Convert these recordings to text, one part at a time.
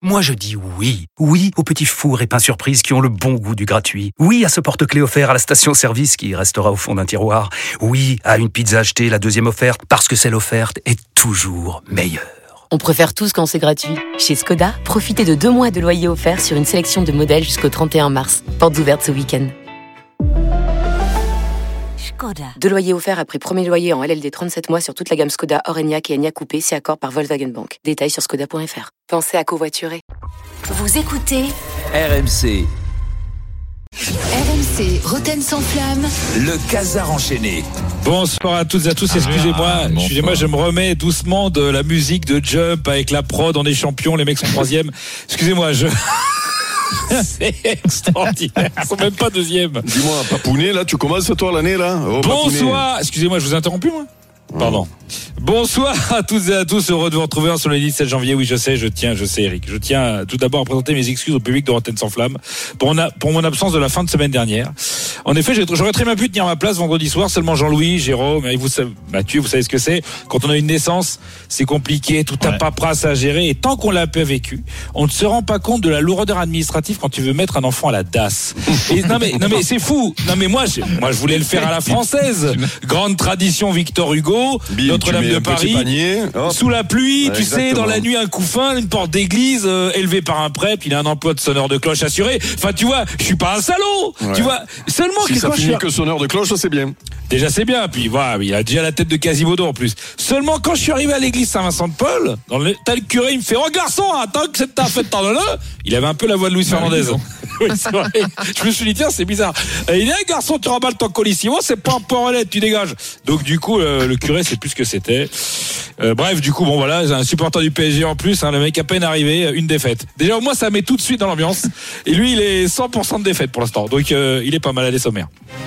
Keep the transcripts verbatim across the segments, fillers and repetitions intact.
Moi je dis oui. Oui aux petits fours et pains surprises qui ont le bon goût du gratuit. Oui à ce porte-clés offert à la station-service qui restera au fond d'un tiroir. Oui à une pizza achetée, la deuxième offerte, parce que celle offerte est toujours meilleure. On préfère tous quand c'est gratuit. Chez Skoda, profitez de deux mois de loyer offert sur une sélection de modèles jusqu'au trente et un mars. Portes ouvertes ce week-end. Skoda. Deux loyers offerts après premier loyer en L L D trente-sept mois sur toute la gamme Skoda, Orenia et Enyaq Coupé, si accord par Volkswagen Bank. Détails sur skoda point f r. Pensez à covoiturer. Vous écoutez R M C. R M C, Rotten sans flamme. Le Casar enchaîné. Bonsoir à toutes et à tous, excusez-moi, Ah, excusez-moi, je me remets doucement de la musique de Jump avec la prod, on est champion, les mecs sont troisième. Excusez-moi, je... C'est extraordinaire, ils sont même pas deuxième. Dis-moi, Papounet, là, tu commences toi l'année, là oh, Bonsoir, excusez-moi, je vous ai interrompu, moi. Pardon. Bonsoir à toutes et à tous, heureux de vous retrouver sur le dix-sept janvier. Oui, je sais, je tiens, je sais, Eric. Je tiens tout d'abord à présenter mes excuses au public de Rotten sans flamme pour, pour mon absence de la fin de semaine dernière. En effet, j'aurais très bien pu tenir ma place vendredi soir, seulement Jean-Louis, Jérôme, et vous savez, Mathieu, vous savez ce que c'est. Quand on a une naissance, c'est compliqué, tout un ouais. paperasse à gérer, et tant qu'on l'a pas vécu, on ne se rend pas compte de la lourdeur administrative quand tu veux mettre un enfant à la D A S. Et, non mais, non mais c'est fou. Non mais moi, je, moi, je voulais le faire à la française. Grande tradition Victor Hugo. Notre-Dame de Paris, panier, sous la pluie, ouais, tu exactement. sais, dans la nuit, un coup fin, une porte d'église, euh, élevée par un prêtre, il a un emploi de sonneur de cloche assuré. Enfin, tu vois, je suis pas un salaud, ouais. tu vois. Seulement si que ça quand finit je suis... que sonneur de cloche, c'est bien. Déjà, c'est bien. Puis voilà, il a déjà la tête de Quasimodo en plus. Seulement quand je suis arrivé à l'église Saint-Vincent-de-Paul, dans le... t'as le curé, il me fait oh garçon, attends que c'est ta fête, t'en as là. Il avait un peu la voix de Louis Fernandez. Oui, c'est vrai. Je me suis dit tiens, c'est bizarre. Et il dit hey, garçon, tu remballes ton colissimo, c'est pas un porelette, tu dégages. Donc du coup, euh, le curé, c'est plus ce que c'était. Euh, bref, du coup, bon voilà, j'ai un supporter du P S G en plus. Hein, le mec à peine arrivé, une défaite. Déjà au moins, ça met tout de suite dans l'ambiance. Et lui, il est cent pour cent de défaite pour l'instant. Donc euh, il est pas mal à des sommaires.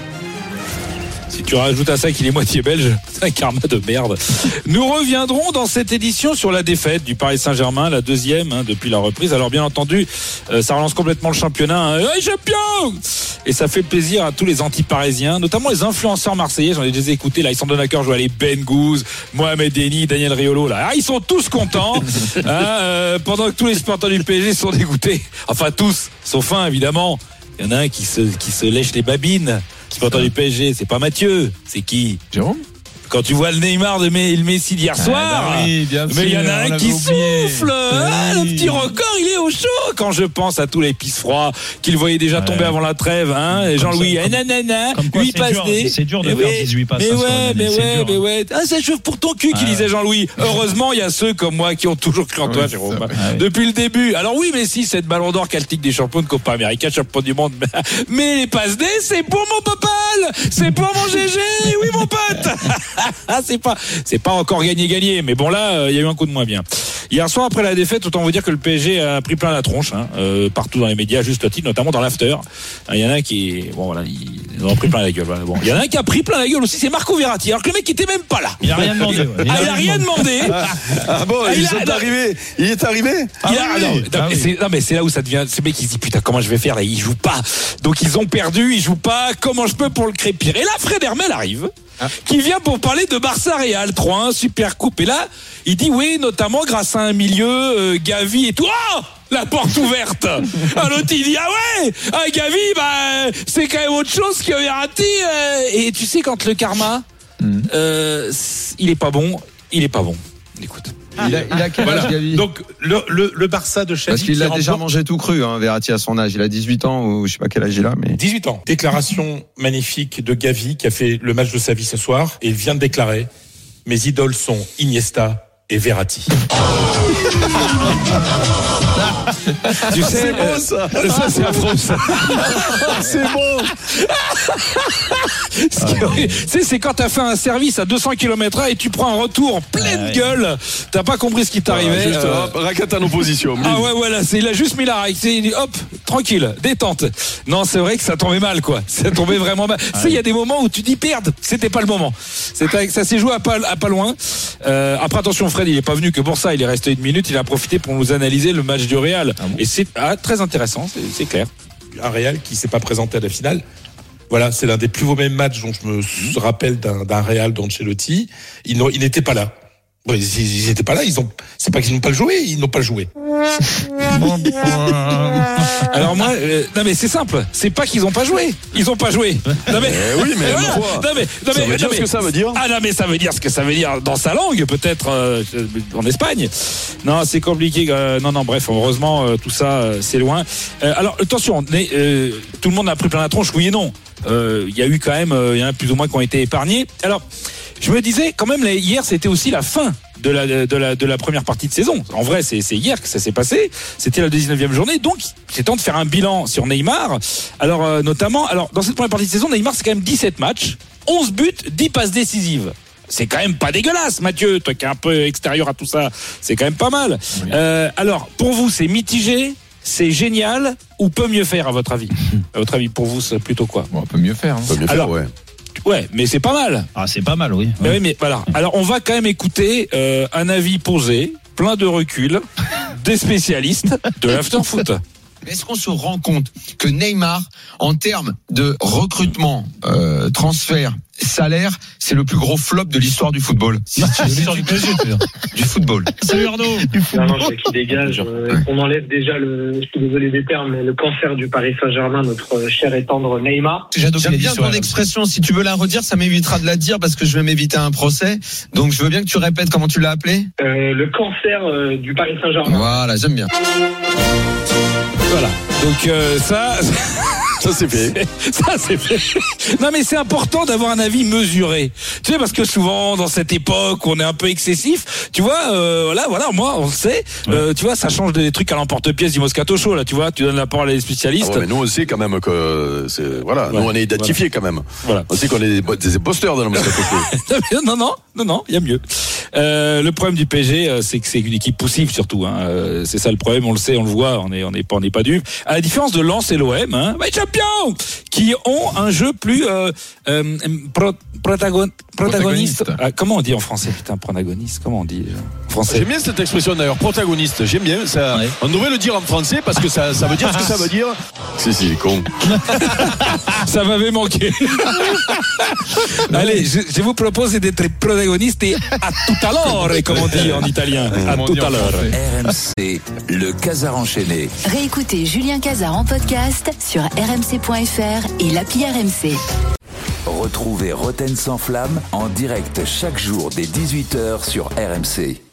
Si tu rajoutes à ça qu'il est moitié belge, c'est un karma de merde. Nous reviendrons dans cette édition sur la défaite du Paris Saint-Germain, la deuxième hein, depuis la reprise. Alors bien entendu, euh, ça relance complètement le championnat. Hein. Hey, champion ! Et ça fait plaisir à tous les anti-parisiens, notamment les influenceurs marseillais. J'en ai déjà écouté. Là, ils sont donnés à cœur. Je vois les Ben Gouze, Mohamed Eni, Daniel Riolo. Là, ah, ils sont tous contents. hein, euh, pendant que tous les supporters du P S G sont dégoûtés. Enfin tous, sauf un évidemment. Il y en a un qui se qui se lèche les babines. Supporter du P S G, c'est pas Mathieu, c'est qui? Jérôme. Quand tu vois le Neymar de le Messi d'hier soir, ah bah oui, bien mais il y en a un qui oublié. souffle. Ah, oui. le petit record, il est au chaud. Quand je pense à tous les pisse froids qu'il voyait déjà ouais. tomber avant la trêve, hein, et Jean-Louis, ça, eh, nanana, comme quoi, huit passes D. C'est dur de mais faire ouais, dix-huit passes. Mais ouais, mais ouais, dur, mais ouais. Ah, ça chauffe pour ton cul, qui disait Jean-Louis. Heureusement, il y a ceux comme moi qui ont toujours cru en toi, Jérôme. Depuis le début. Alors oui, mais si, cette ballon d'or Celtic des champions de Copa América, champion du monde. Mais les passes D, c'est pour mon Popal. C'est pour mon G G. Oui, mon pote. c'est pas, c'est pas encore gagné gagné, mais bon là, il euh, y a eu un coup de moins bien. Hier soir après la défaite, autant vous dire que le P S G a pris plein la tronche, hein, euh, partout dans les médias, juste titre, notamment dans l'after. Il y en a un qui, bon voilà, ils ont pris plein la gueule. Voilà, bon, il y en a un qui a pris plein la gueule aussi, c'est Marco Verratti. Alors que le mec était même pas là. Il a rien demandé. Ouais. Il, ah, a il a rien demandé. Ah, ah bon, ah, ils il sont a, arrivés. Il est arrivé. Ah, il a, oui. non, ah, non, oui. c'est, non mais c'est là où ça devient. Ce mec il se dit putain comment je vais faire là, il joue pas. Donc ils ont perdu, ils jouent pas. Comment je peux pour le crépir? Et là Fred Hermel arrive. Ah. Qui vient pour parler de Barça Real trois un super coupe et là il dit oui notamment grâce à un milieu euh, Gavi et tout. Oh la porte ouverte. Ah, l'autre il dit ah ouais ah, Gavi bah c'est quand même autre chose que Verratti euh, et tu sais quand le karma mm. euh, il est pas bon il est pas bon écoute. Ah, il, a, il a quel âge, voilà. Gavi? Donc le, le, le Barça de Xavi. Parce qu'il a déjà remporte... mangé tout cru, hein, Verratti à son âge. Il a dix-huit ans ou je sais pas quel âge il a, mais dix-huit ans. Déclaration magnifique de Gavi qui a fait le match de sa vie ce soir et il vient de déclarer mes idoles sont Iniesta et Verratti. Tu sais, c'est bon ça. Euh, ça c'est affreux ça. C'est bon. Tu sais, c'est quand t'as fait un service à deux cents kilomètres heure et tu prends un retour en pleine ouais. gueule. T'as pas compris ce qui t'arrivait. Ah, juste, euh... raquette en opposition. Ah ouais, voilà, c'est, il a juste mis la raquette. Il dit hop, tranquille, détente. Non, c'est vrai que ça tombait mal, quoi. Ça tombait vraiment mal. Tu sais, il y a des moments où tu dis perdre. C'était pas le moment. C'était, ça s'est joué à pas, à pas loin. Euh, après, attention, Fred, il est pas venu que pour ça. Il est resté une minute. Il a profité pour nous analyser le match du Real. Ah bon. Et c'est ah, très intéressant, c'est, c'est clair. Un Real qui s'est pas présenté à la finale. Voilà, c'est l'un des plus beaux mêmes matchs dont je me mmh. rappelle d'un, d'un Real d'Ancelotti. Ils, ils n'étaient pas là. Ouais, ils n'étaient pas là. Ils ont, c'est pas qu'ils n'ont pas joué, ils n'ont pas joué. Alors moi, euh, non mais c'est simple, c'est pas qu'ils ont pas joué, ils ont pas joué. Non mais, Eh oui, mais voilà. une fois. Non mais, non Ça mais, veut dire non ce mais- que ça veut dire. Ah non mais ça veut dire ce que ça veut dire dans sa langue, peut-être euh, en Espagne. Non, c'est compliqué. euh, non non, bref, heureusement euh, tout ça euh, c'est loin. Euh, alors attention, mais, euh, tout le monde a pris plein la tronche, oui et non. Euh, Il y a eu quand même, euh, il y en a plus ou moins qui ont été épargnés. Alors, je me disais quand même, là, hier c'était aussi la fin de la de la de la première partie de saison. En vrai, c'est c'est hier que ça s'est passé. C'était la dix-neuvième journée, donc c'est temps de faire un bilan sur Neymar. Alors euh, notamment, alors dans cette première partie de saison, Neymar c'est quand même dix-sept matchs, onze buts, dix passes décisives. C'est quand même pas dégueulasse, Mathieu, toi qui es un peu extérieur à tout ça, c'est quand même pas mal. Euh, alors pour vous, c'est mitigé, c'est génial ou peut mieux faire à votre avis? À votre avis, pour vous, c'est plutôt quoi? Bon, on peut mieux faire. Hein. Ça peut mieux faire, Alors, ouais. Ouais, mais c'est pas mal. Ah, c'est pas mal, oui. Mais oui, mais voilà. Alors, on va quand même écouter euh, un avis posé, plein de recul, des spécialistes de l'after-foot. Est-ce qu'on se rend compte que Neymar, en termes de recrutement, euh, transfert, salaire, c'est le plus gros flop de l'histoire du football? Si tu- si tu- du P S G, tu veux dire. Du football. Salut Arnaud. Non, non, je veux qu'il dégage. euh, qu'on enlève déjà le, je suis désolé des termes, mais le cancer du Paris Saint-Germain, notre cher et tendre Neymar. J'aime bien ton expression. Si tu veux la redire, ça m'évitera de la dire parce que je vais m'éviter un procès. Donc, je veux bien que tu répètes comment tu l'as appelé. Euh, le cancer euh, du Paris Saint-Germain. Voilà, j'aime bien. Voilà. Donc euh, ça, Ça c'est fait. ça c'est fait. Non mais c'est important d'avoir un avis mesuré. Tu sais parce que souvent dans cette époque on est un peu excessif. Tu vois, euh, voilà, voilà, moi on le sait. Euh, tu vois, ça change des trucs à l'emporte-pièce du Moscato Show là. Tu vois, tu donnes la parole à des Ah spécialistes. ouais, mais nous on sait quand même que c'est voilà, Ouais, nous on est identifiés quand même. Voilà. On sait qu'on est des, des imposteurs dans le Moscato Show. non, non, non, non, il y a mieux. Euh, le problème du P S G, euh, c'est que c'est une équipe poussive surtout. Hein. Euh, c'est ça le problème, on le sait, on le voit, on est, on est pas, on n'est pas dupes. À la différence de Lens et l'O M, hein, bah, champions, qui ont un jeu plus euh, euh, pro, protagon, protagoniste. Protagoniste. Ah, comment on dit en français, putain, protagoniste? Comment on dit en français? J'aime bien cette expression d'ailleurs, protagoniste. J'aime bien ça. Ouais. On devrait le dire en français parce que ça, ça veut dire ce que ça veut dire. Si si, con. Ça m'avait manqué. Allez, je, je vous propose d'être protagoniste et à tout à l'heure, comme on dit en italien. À tout à l'heure. R M C, le Casar enchaîné. Réécoutez Julien Cazard en podcast sur r m c point f r et l'appli R M C. Retrouvez Roten sans flamme en direct chaque jour dès dix-huit heures sur R M C.